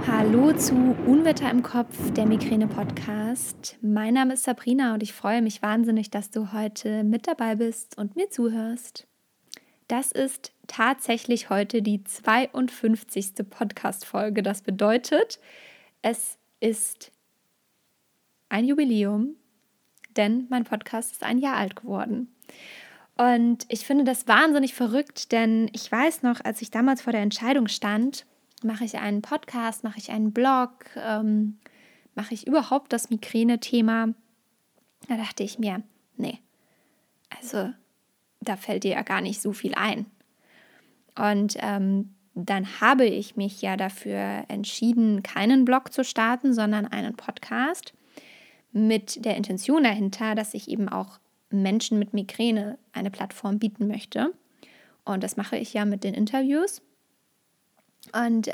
Hallo zu Unwetter im Kopf, der Migräne-Podcast. Mein Name ist Sabrina und ich freue mich wahnsinnig, dass du heute mit dabei bist und mir zuhörst. Das ist tatsächlich heute die 52. Podcast-Folge. Das bedeutet, es ist ein Jubiläum, denn mein Podcast ist ein Jahr alt geworden. Und ich finde das wahnsinnig verrückt, denn ich weiß noch, als ich damals vor der Entscheidung stand, mache ich einen Podcast, mache ich einen Blog, mache ich überhaupt das Migräne-Thema? Da dachte ich mir, nee, also da fällt dir ja gar nicht so viel ein. Und dann habe ich mich ja dafür entschieden, keinen Blog zu starten, sondern einen Podcast mit der Intention dahinter, dass ich eben auch Menschen mit Migräne eine Plattform bieten möchte. Und das mache ich ja mit den Interviews. Und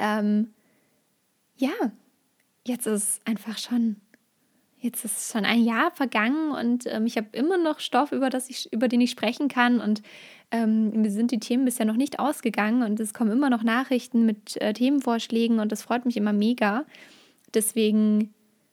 jetzt ist schon ein Jahr vergangen und ich habe immer noch Stoff, über den ich sprechen kann. Und mir sind die Themen bisher noch nicht ausgegangen und es kommen immer noch Nachrichten mit Themenvorschlägen und das freut mich immer mega. Deswegen,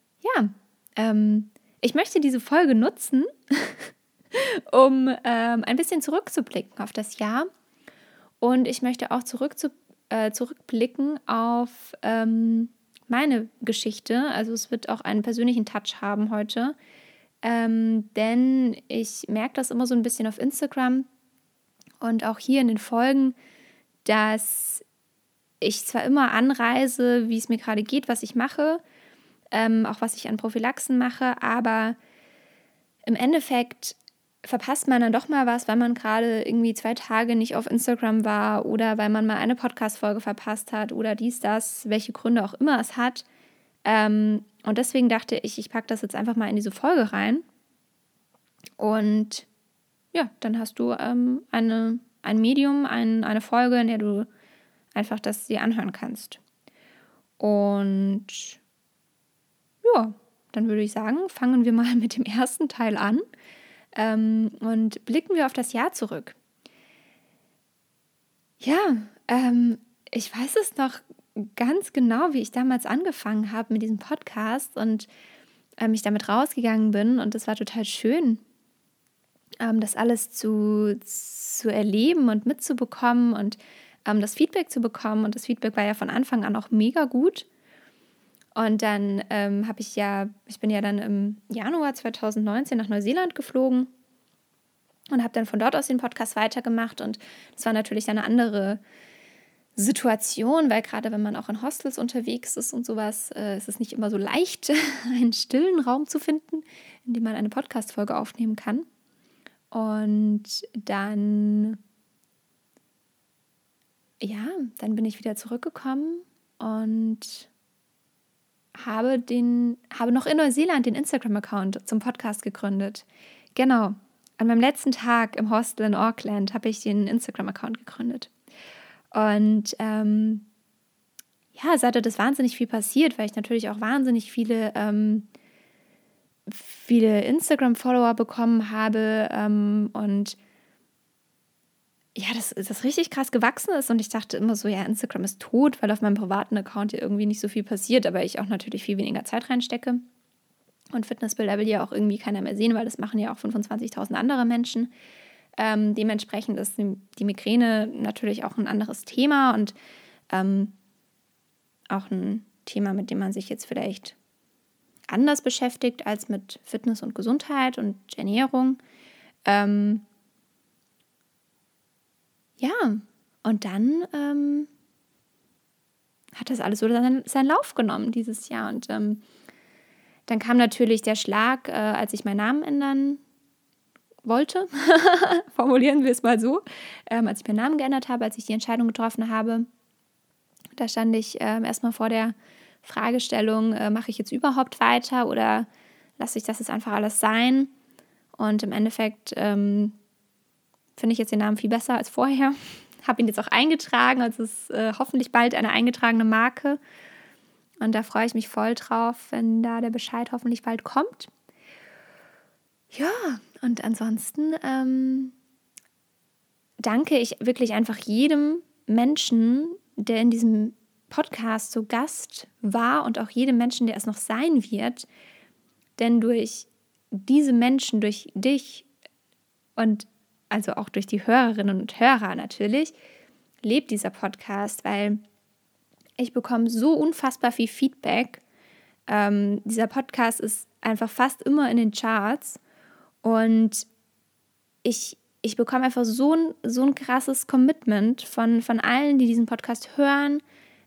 ich möchte diese Folge nutzen, um ein bisschen zurückzublicken auf das Jahr. Und ich möchte auch zurückblicken auf meine Geschichte. Also es wird auch einen persönlichen Touch haben heute. Denn ich merke das immer so ein bisschen auf Instagram und auch hier in den Folgen, dass ich zwar immer anreise, wie es mir gerade geht, was ich mache, auch was ich an Prophylaxen mache, aber im Endeffekt verpasst man dann doch mal was, weil man gerade irgendwie 2 Tage nicht auf Instagram war oder weil man mal eine Podcast-Folge verpasst hat oder dies, das, welche Gründe auch immer es hat. Und deswegen dachte ich packe das jetzt einfach mal in diese Folge rein. Und ja, dann hast du ein Medium, eine Folge, in der du einfach das dir anhören kannst. Und ja, dann würde ich sagen, fangen wir mal mit dem ersten Teil an. Und blicken wir auf das Jahr zurück. Ja, ich weiß es noch ganz genau, wie ich damals angefangen habe mit diesem Podcast und ich damit rausgegangen bin. Und es war total schön, das alles zu erleben und mitzubekommen und das Feedback zu bekommen. Und das Feedback war ja von Anfang an auch mega gut. Und dann ich bin ja dann im Januar 2019 nach Neuseeland geflogen und habe dann von dort aus den Podcast weitergemacht. Und das war natürlich eine andere Situation, weil gerade wenn man auch in Hostels unterwegs ist und sowas, ist es nicht immer so leicht, einen stillen Raum zu finden, in dem man eine Podcast-Folge aufnehmen kann. Und dann bin ich wieder zurückgekommen und habe noch in Neuseeland den Instagram-Account zum Podcast gegründet. Genau, an meinem letzten Tag im Hostel in Auckland habe ich den Instagram-Account gegründet. Und seitdem ist wahnsinnig viel passiert, weil ich natürlich auch wahnsinnig viele Instagram-Follower bekommen habe und ja, das richtig krass gewachsen ist und ich dachte immer so, ja, Instagram ist tot, weil auf meinem privaten Account ja irgendwie nicht so viel passiert, aber ich auch natürlich viel weniger Zeit reinstecke. Und Fitnessbilder will ja auch irgendwie keiner mehr sehen, weil das machen ja auch 25.000 andere Menschen. Dementsprechend ist die Migräne natürlich auch ein anderes Thema und auch ein Thema, mit dem man sich jetzt vielleicht anders beschäftigt als mit Fitness und Gesundheit und Ernährung. Und dann hat das alles so seinen Lauf genommen dieses Jahr. Und dann kam natürlich der Schlag, als ich meinen Namen ändern wollte, formulieren wir es mal so, als ich meinen Namen geändert habe, als ich die Entscheidung getroffen habe. Da stand ich erstmal vor der Fragestellung, mache ich jetzt überhaupt weiter oder lasse ich das jetzt einfach alles sein? Und im Endeffekt finde ich jetzt den Namen viel besser als vorher. Habe ihn jetzt auch eingetragen, also es ist hoffentlich bald eine eingetragene Marke. Und da freue ich mich voll drauf, wenn da der Bescheid hoffentlich bald kommt. Ja, und ansonsten danke ich wirklich einfach jedem Menschen, der in diesem Podcast zu Gast war und auch jedem Menschen, der es noch sein wird. Denn durch diese Menschen, durch dich und also auch durch die Hörerinnen und Hörer natürlich, lebt dieser Podcast, weil ich bekomme so unfassbar viel Feedback. Dieser Podcast ist einfach fast immer in den Charts und ich bekomme einfach so ein krasses Commitment von allen, die diesen Podcast hören,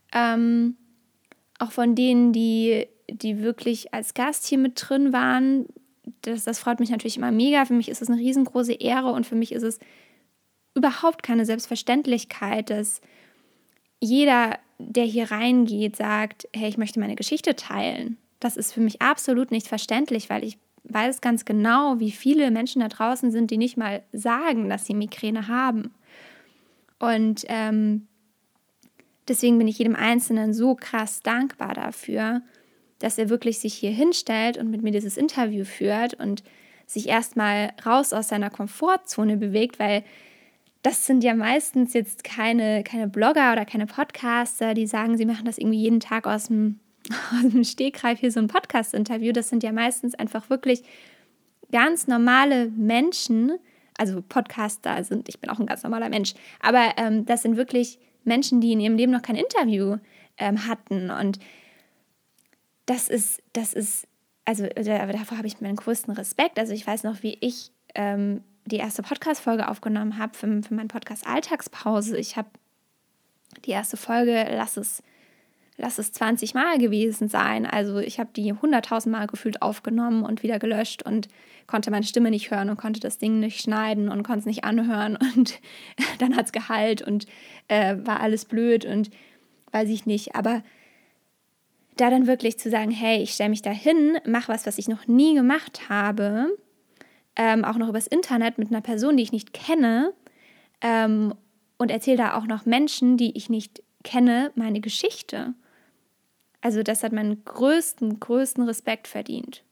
auch von denen, die wirklich als Gast hier mit drin waren. Das freut mich natürlich immer mega. Für mich ist es eine riesengroße Ehre und für mich ist es überhaupt keine Selbstverständlichkeit, dass jeder, der hier reingeht, sagt, hey, ich möchte meine Geschichte teilen. Das ist für mich absolut nicht verständlich, weil ich weiß ganz genau, wie viele Menschen da draußen sind, die nicht mal sagen, dass sie Migräne haben. Und deswegen bin ich jedem Einzelnen so krass dankbar dafür, dass er wirklich sich hier hinstellt und mit mir dieses Interview führt und sich erstmal raus aus seiner Komfortzone bewegt, weil das sind ja meistens jetzt keine Blogger oder keine Podcaster, die sagen, sie machen das irgendwie jeden Tag aus dem Stegreif hier so ein Podcast-Interview. Das sind ja meistens einfach wirklich ganz normale Menschen, also Podcaster sind, ich bin auch ein ganz normaler Mensch, aber das sind wirklich Menschen, die in ihrem Leben noch kein Interview hatten und das ist, also davor habe ich meinen größten Respekt. Also ich weiß noch, wie ich die erste Podcast-Folge aufgenommen habe für meinen Podcast Alltagspause. Ich habe die erste Folge, lass es 20 Mal gewesen sein. Also ich habe die 100.000 Mal gefühlt aufgenommen und wieder gelöscht und konnte meine Stimme nicht hören und konnte das Ding nicht schneiden und konnte es nicht anhören. Und dann hat es geheilt und war alles blöd und weiß ich nicht. Aber da dann wirklich zu sagen, hey, ich stelle mich da hin, mache was ich noch nie gemacht habe, auch noch übers Internet mit einer Person, die ich nicht kenne und erzähle da auch noch Menschen, die ich nicht kenne, meine Geschichte. Also das hat meinen größten Respekt verdient.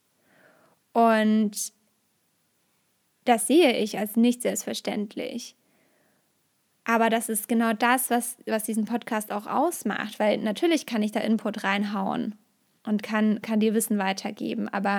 Und das sehe ich als nicht selbstverständlich. Aber das ist genau das, was diesen Podcast auch ausmacht, weil natürlich kann ich da Input reinhauen und kann dir Wissen weitergeben, aber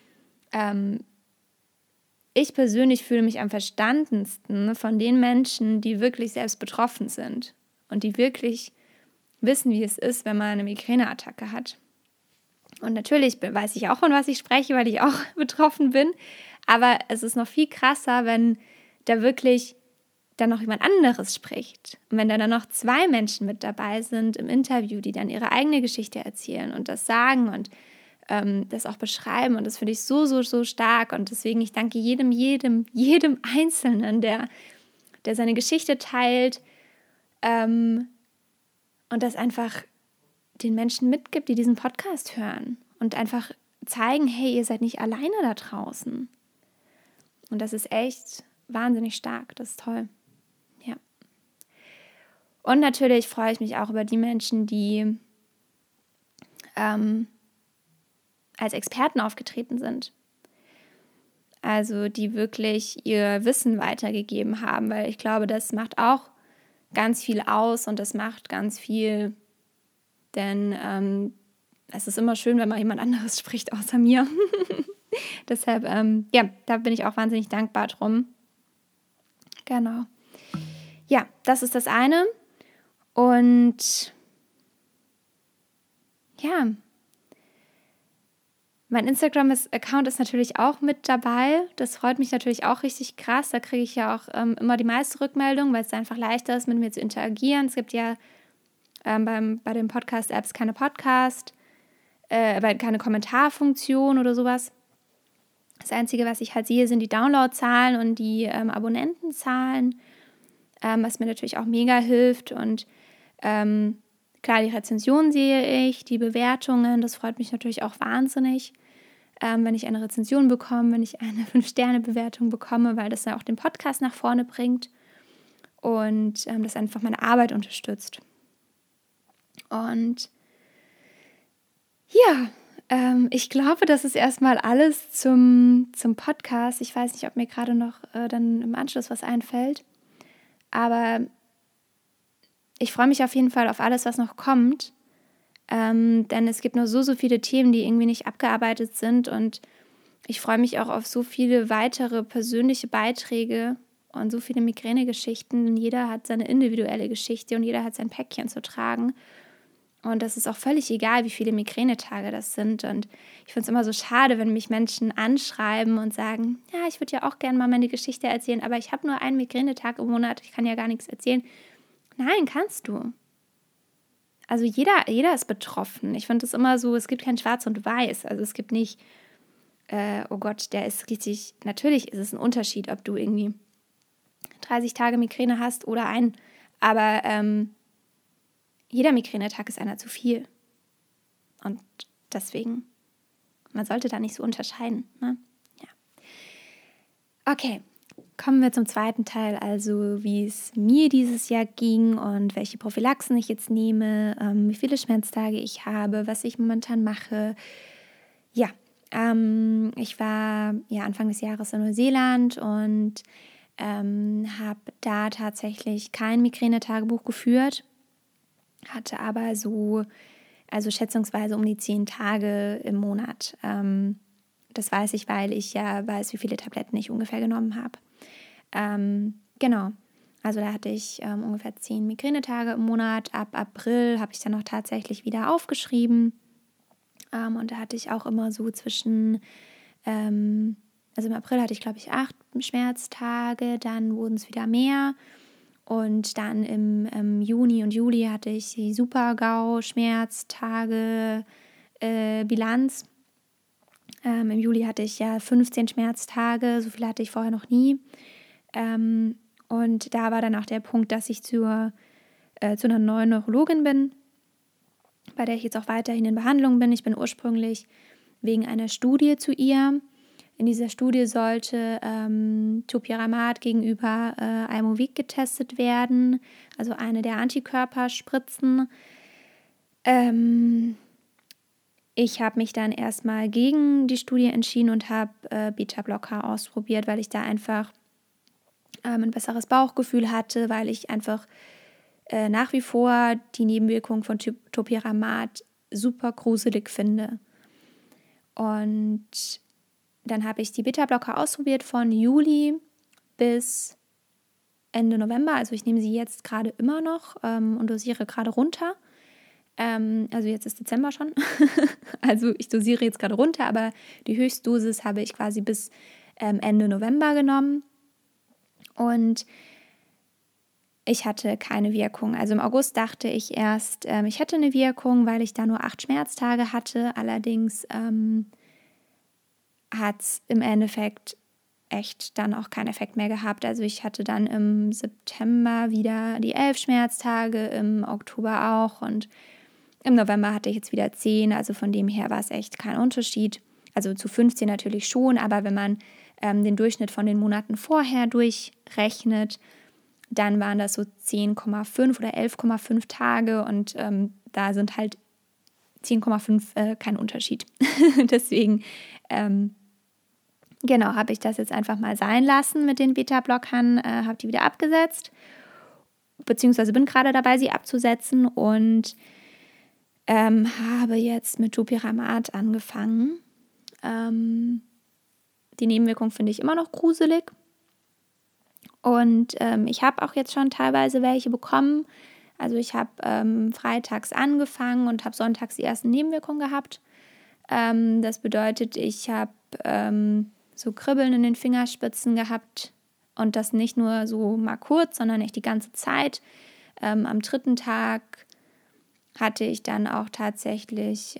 ich persönlich fühle mich am verstandensten von den Menschen, die wirklich selbst betroffen sind und die wirklich wissen, wie es ist, wenn man eine Migräneattacke hat. Und natürlich weiß ich auch, von was ich spreche, weil ich auch betroffen bin, aber es ist noch viel krasser, wenn da wirklich dann noch jemand anderes spricht. Und wenn dann noch 2 Menschen mit dabei sind im Interview, die dann ihre eigene Geschichte erzählen und das sagen und das auch beschreiben. Und das finde ich so stark. Und deswegen, ich danke jedem Einzelnen, der seine Geschichte teilt und das einfach den Menschen mitgibt, die diesen Podcast hören und einfach zeigen, hey, ihr seid nicht alleine da draußen. Und das ist echt wahnsinnig stark. Das ist toll. Ja. Und natürlich freue ich mich auch über die Menschen, die als Experten aufgetreten sind. Also die wirklich ihr Wissen weitergegeben haben, weil ich glaube, das macht auch ganz viel aus und das macht ganz viel, denn es ist immer schön, wenn mal jemand anderes spricht außer mir. Deshalb, da bin ich auch wahnsinnig dankbar drum. Genau. Ja, das ist das eine. Und ja, mein Instagram-Account ist natürlich auch mit dabei. Das freut mich natürlich auch richtig krass. Da kriege ich ja auch immer die meiste Rückmeldung, weil es einfach leichter ist, mit mir zu interagieren. Es gibt ja bei den Podcast-Apps keine keine Kommentarfunktion oder sowas. Das Einzige, was ich halt sehe, sind die Downloadzahlen und die Abonnentenzahlen, was mir natürlich auch mega hilft. Und klar, die Rezensionen sehe ich, die Bewertungen, das freut mich natürlich auch wahnsinnig, wenn ich eine Rezension bekomme, wenn ich eine 5-Sterne-Bewertung bekomme, weil das ja auch den Podcast nach vorne bringt und das einfach meine Arbeit unterstützt. Und ja, ich glaube, das ist erstmal alles zum Podcast. Ich weiß nicht, ob mir gerade noch dann im Anschluss was einfällt, aber ich freue mich auf jeden Fall auf alles, was noch kommt, denn es gibt noch so viele Themen, die irgendwie nicht abgearbeitet sind und ich freue mich auch auf so viele weitere persönliche Beiträge und so viele Migräne-Geschichten. Jeder hat seine individuelle Geschichte und jeder hat sein Päckchen zu tragen. Und das ist auch völlig egal, wie viele Migränetage das sind. Und ich finde es immer so schade, wenn mich Menschen anschreiben und sagen, ja, ich würde ja auch gerne mal meine Geschichte erzählen, aber ich habe nur einen Migränetag im Monat, ich kann ja gar nichts erzählen. Nein, kannst du. Also jeder ist betroffen. Ich finde es immer so, es gibt kein Schwarz und Weiß. Also es gibt nicht, oh Gott, der ist richtig, natürlich ist es ein Unterschied, ob du irgendwie 30 Tage Migräne hast oder einen, aber jeder Migränetag ist einer zu viel. Und deswegen, man sollte da nicht so unterscheiden. Ne? Ja. Okay, kommen wir zum zweiten Teil, also wie es mir dieses Jahr ging und welche Prophylaxen ich jetzt nehme, wie viele Schmerztage ich habe, was ich momentan mache. Ja, ich war Anfang des Jahres in Neuseeland und habe da tatsächlich kein Migränetagebuch geführt, hatte aber also schätzungsweise um die 10 Tage im Monat. Das weiß ich, weil ich ja weiß, wie viele Tabletten ich ungefähr genommen habe. Genau, also da hatte ich ungefähr 10 Migränetage im Monat. Ab April habe ich dann auch tatsächlich wieder aufgeschrieben. Und da hatte ich auch immer so zwischen, also im April hatte ich, glaube ich, 8 Schmerztage, dann wurden es wieder mehr. Und dann im Juni und Juli hatte ich die Super-GAU-Schmerztage Bilanz. Im Juli hatte ich ja 15 Schmerztage, so viele hatte ich vorher noch nie. Und da war dann auch der Punkt, dass ich zu einer neuen Neurologin bin, bei der ich jetzt auch weiterhin in Behandlung bin. Ich bin ursprünglich wegen einer Studie zu ihr. In dieser Studie sollte Topiramate gegenüber Aimovig getestet werden, also eine der Antikörperspritzen. Ich habe mich dann erstmal gegen die Studie entschieden und habe Beta-Blocker ausprobiert, weil ich da einfach ein besseres Bauchgefühl hatte, weil ich einfach nach wie vor die Nebenwirkungen von Topiramat super gruselig finde. Und dann habe ich die Beta-Blocker ausprobiert von Juli bis Ende November. Also ich nehme sie jetzt gerade immer noch und dosiere gerade runter. Also jetzt ist Dezember schon. Also ich dosiere jetzt gerade runter, aber die Höchstdosis habe ich quasi bis Ende November genommen. Und ich hatte keine Wirkung. Also im August dachte ich erst, ich hätte eine Wirkung, weil ich da nur 8 Schmerztage hatte. Allerdings hat es im Endeffekt echt dann auch keinen Effekt mehr gehabt. Also ich hatte dann im September wieder die 11 Schmerztage, im Oktober auch und im November hatte ich jetzt wieder 10. Also von dem her war es echt kein Unterschied. Also zu 15 natürlich schon, aber wenn man den Durchschnitt von den Monaten vorher durchrechnet, dann waren das so 10,5 oder 11,5 Tage und da sind halt 10,5 kein Unterschied. Deswegen, genau, habe ich das jetzt einfach mal sein lassen mit den Beta-Blockern, habe die wieder abgesetzt, beziehungsweise bin gerade dabei, sie abzusetzen und habe jetzt mit Topiramat angefangen. Die Nebenwirkung finde ich immer noch gruselig. Und ich habe auch jetzt schon teilweise welche bekommen. Also ich habe freitags angefangen und habe sonntags die ersten Nebenwirkungen gehabt. Das bedeutet, ich habe so Kribbeln in den Fingerspitzen gehabt und das nicht nur so mal kurz, sondern echt die ganze Zeit. Am 3. Tag hatte ich dann auch tatsächlich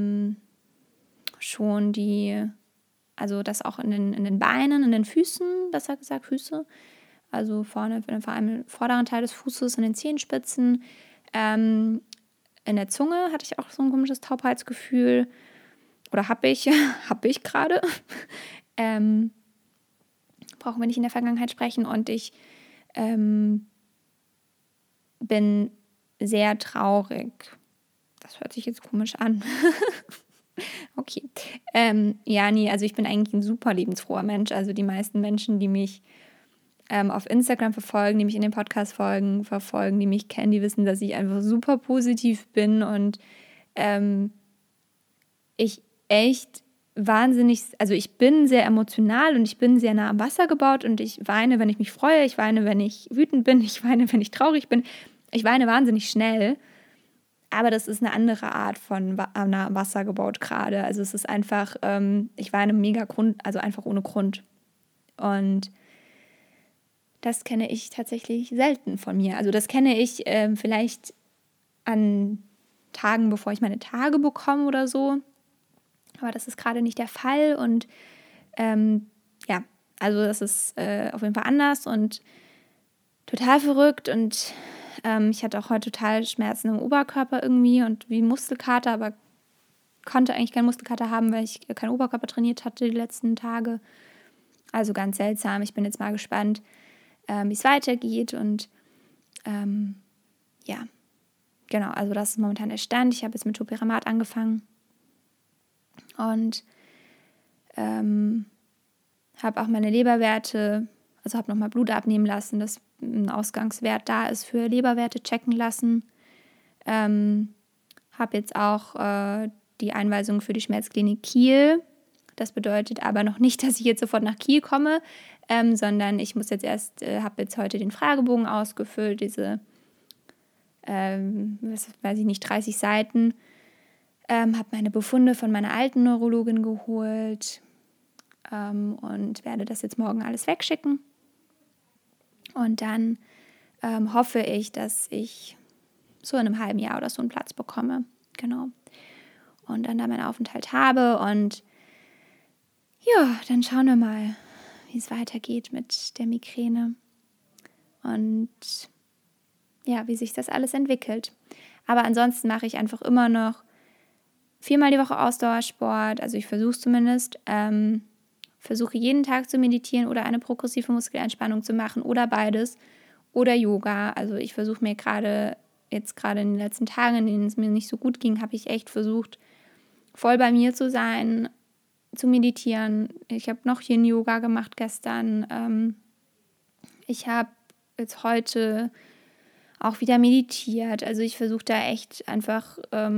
schon also das auch in den Beinen, in den Füßen, besser gesagt Füße, also vorne, vor allem im vorderen Teil des Fußes, in den Zehenspitzen. In der Zunge hatte ich auch so ein komisches Taubheitsgefühl. Oder habe ich gerade. Brauchen wir nicht in der Vergangenheit sprechen. Und ich bin sehr traurig. Das hört sich jetzt komisch an. Okay. Also ich bin eigentlich ein super lebensfroher Mensch. Also die meisten Menschen, die mich auf Instagram verfolgen, die mich in den Podcast verfolgen, die mich kennen, die wissen, dass ich einfach super positiv bin und ich echt wahnsinnig, also ich bin sehr emotional und ich bin sehr nah am Wasser gebaut und ich weine, wenn ich mich freue, ich weine, wenn ich wütend bin, ich weine, wenn ich traurig bin. Ich weine wahnsinnig schnell, aber das ist eine andere Art von nah am Wasser gebaut gerade. Also es ist einfach, ich weine mega also einfach ohne Grund. Und das kenne ich tatsächlich selten von mir. Also das kenne ich vielleicht an Tagen, bevor ich meine Tage bekomme oder so. Aber das ist gerade nicht der Fall und ja, also das ist auf jeden Fall anders und total verrückt und ich hatte auch heute total Schmerzen im Oberkörper irgendwie und wie Muskelkater, aber konnte eigentlich keinen Muskelkater haben, weil ich keinen Oberkörper trainiert hatte die letzten Tage. Also ganz seltsam. Ich bin jetzt mal gespannt, wie es weitergeht und ja, genau, also das ist momentan der Stand. Ich habe jetzt mit Topiramate angefangen und habe auch meine Leberwerte, also habe nochmal Blut abnehmen lassen, dass ein Ausgangswert da ist für Leberwerte checken lassen. Habe jetzt auch die Einweisung für die Schmerzklinik Kiel. Das bedeutet aber noch nicht, dass ich jetzt sofort nach Kiel komme, sondern ich muss jetzt erst, habe jetzt heute den Fragebogen ausgefüllt, diese, weiß ich nicht, 30 Seiten. Habe meine Befunde von meiner alten Neurologin geholt und werde das jetzt morgen alles wegschicken. Und dann hoffe ich, dass ich so in einem halben Jahr oder so einen Platz bekomme. Genau. Und dann da meinen Aufenthalt habe. Und ja, dann schauen wir mal, wie es weitergeht mit der Migräne. Und ja, wie sich das alles entwickelt. Aber ansonsten mache ich einfach immer noch 4-mal die Woche Ausdauersport, also ich versuche es zumindest, versuche jeden Tag zu meditieren oder eine progressive Muskelentspannung zu machen oder beides oder Yoga. Also ich versuche mir gerade in den letzten Tagen, in denen es mir nicht so gut ging, habe ich echt versucht, voll bei mir zu sein, zu meditieren. Ich habe noch hier Yoga gemacht gestern. Ich habe jetzt heute auch wieder meditiert. Also ich versuche da echt einfach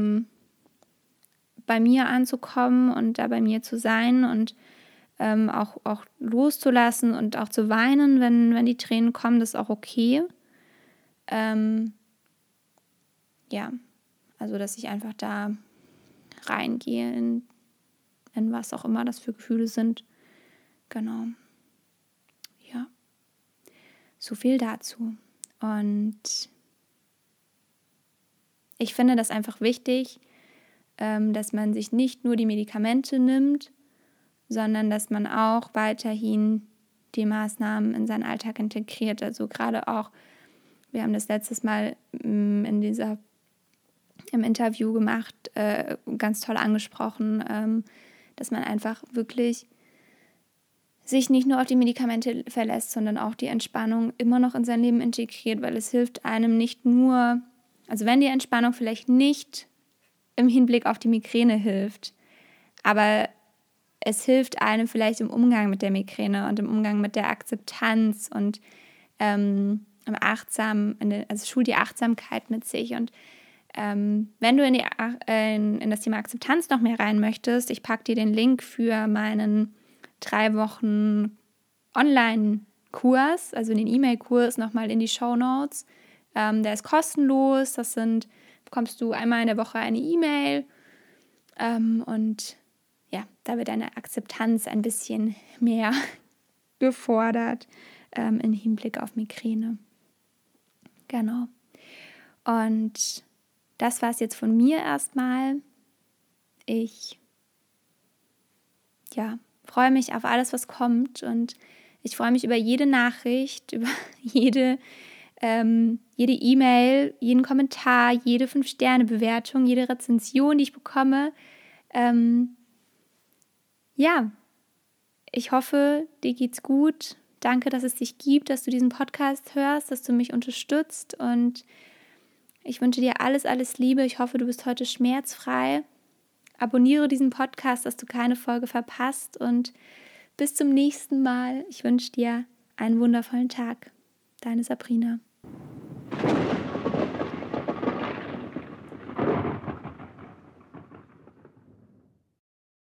bei mir anzukommen und da bei mir zu sein und auch loszulassen und auch zu weinen, wenn die Tränen kommen, das ist auch okay. Ja, also dass ich einfach da reingehe in was auch immer das für Gefühle sind. Genau. Ja, so viel dazu. Und ich finde das einfach wichtig, dass man sich nicht nur die Medikamente nimmt, sondern dass man auch weiterhin die Maßnahmen in seinen Alltag integriert. Also gerade auch, wir haben das letztes Mal im Interview gemacht, ganz toll angesprochen, dass man einfach wirklich sich nicht nur auf die Medikamente verlässt, sondern auch die Entspannung immer noch in sein Leben integriert, weil es hilft einem nicht nur, also wenn die Entspannung vielleicht nicht im Hinblick auf die Migräne hilft, aber es hilft einem vielleicht im Umgang mit der Migräne und im Umgang mit der Akzeptanz und also schult die Achtsamkeit mit sich. Und wenn du in das Thema Akzeptanz noch mehr rein möchtest, ich packe dir den Link für meinen 3 Wochen Online-Kurs, also den E-Mail-Kurs, nochmal in die Shownotes. Der ist kostenlos, bekommst du einmal in der Woche eine E-Mail und ja, da wird deine Akzeptanz ein bisschen mehr gefordert im Hinblick auf Migräne. Genau. Und das war es jetzt von mir erstmal. Ich freue mich auf alles, was kommt und ich freue mich über jede Nachricht, über jede E-Mail, jeden Kommentar, jede 5-Sterne-Bewertung, jede Rezension, die ich bekomme. Ich hoffe, dir geht's gut. Danke, dass es dich gibt, dass du diesen Podcast hörst, dass du mich unterstützt und ich wünsche dir alles, alles Liebe. Ich hoffe, du bist heute schmerzfrei. Abonniere diesen Podcast, dass du keine Folge verpasst und bis zum nächsten Mal. Ich wünsche dir einen wundervollen Tag. Deine Sabrina.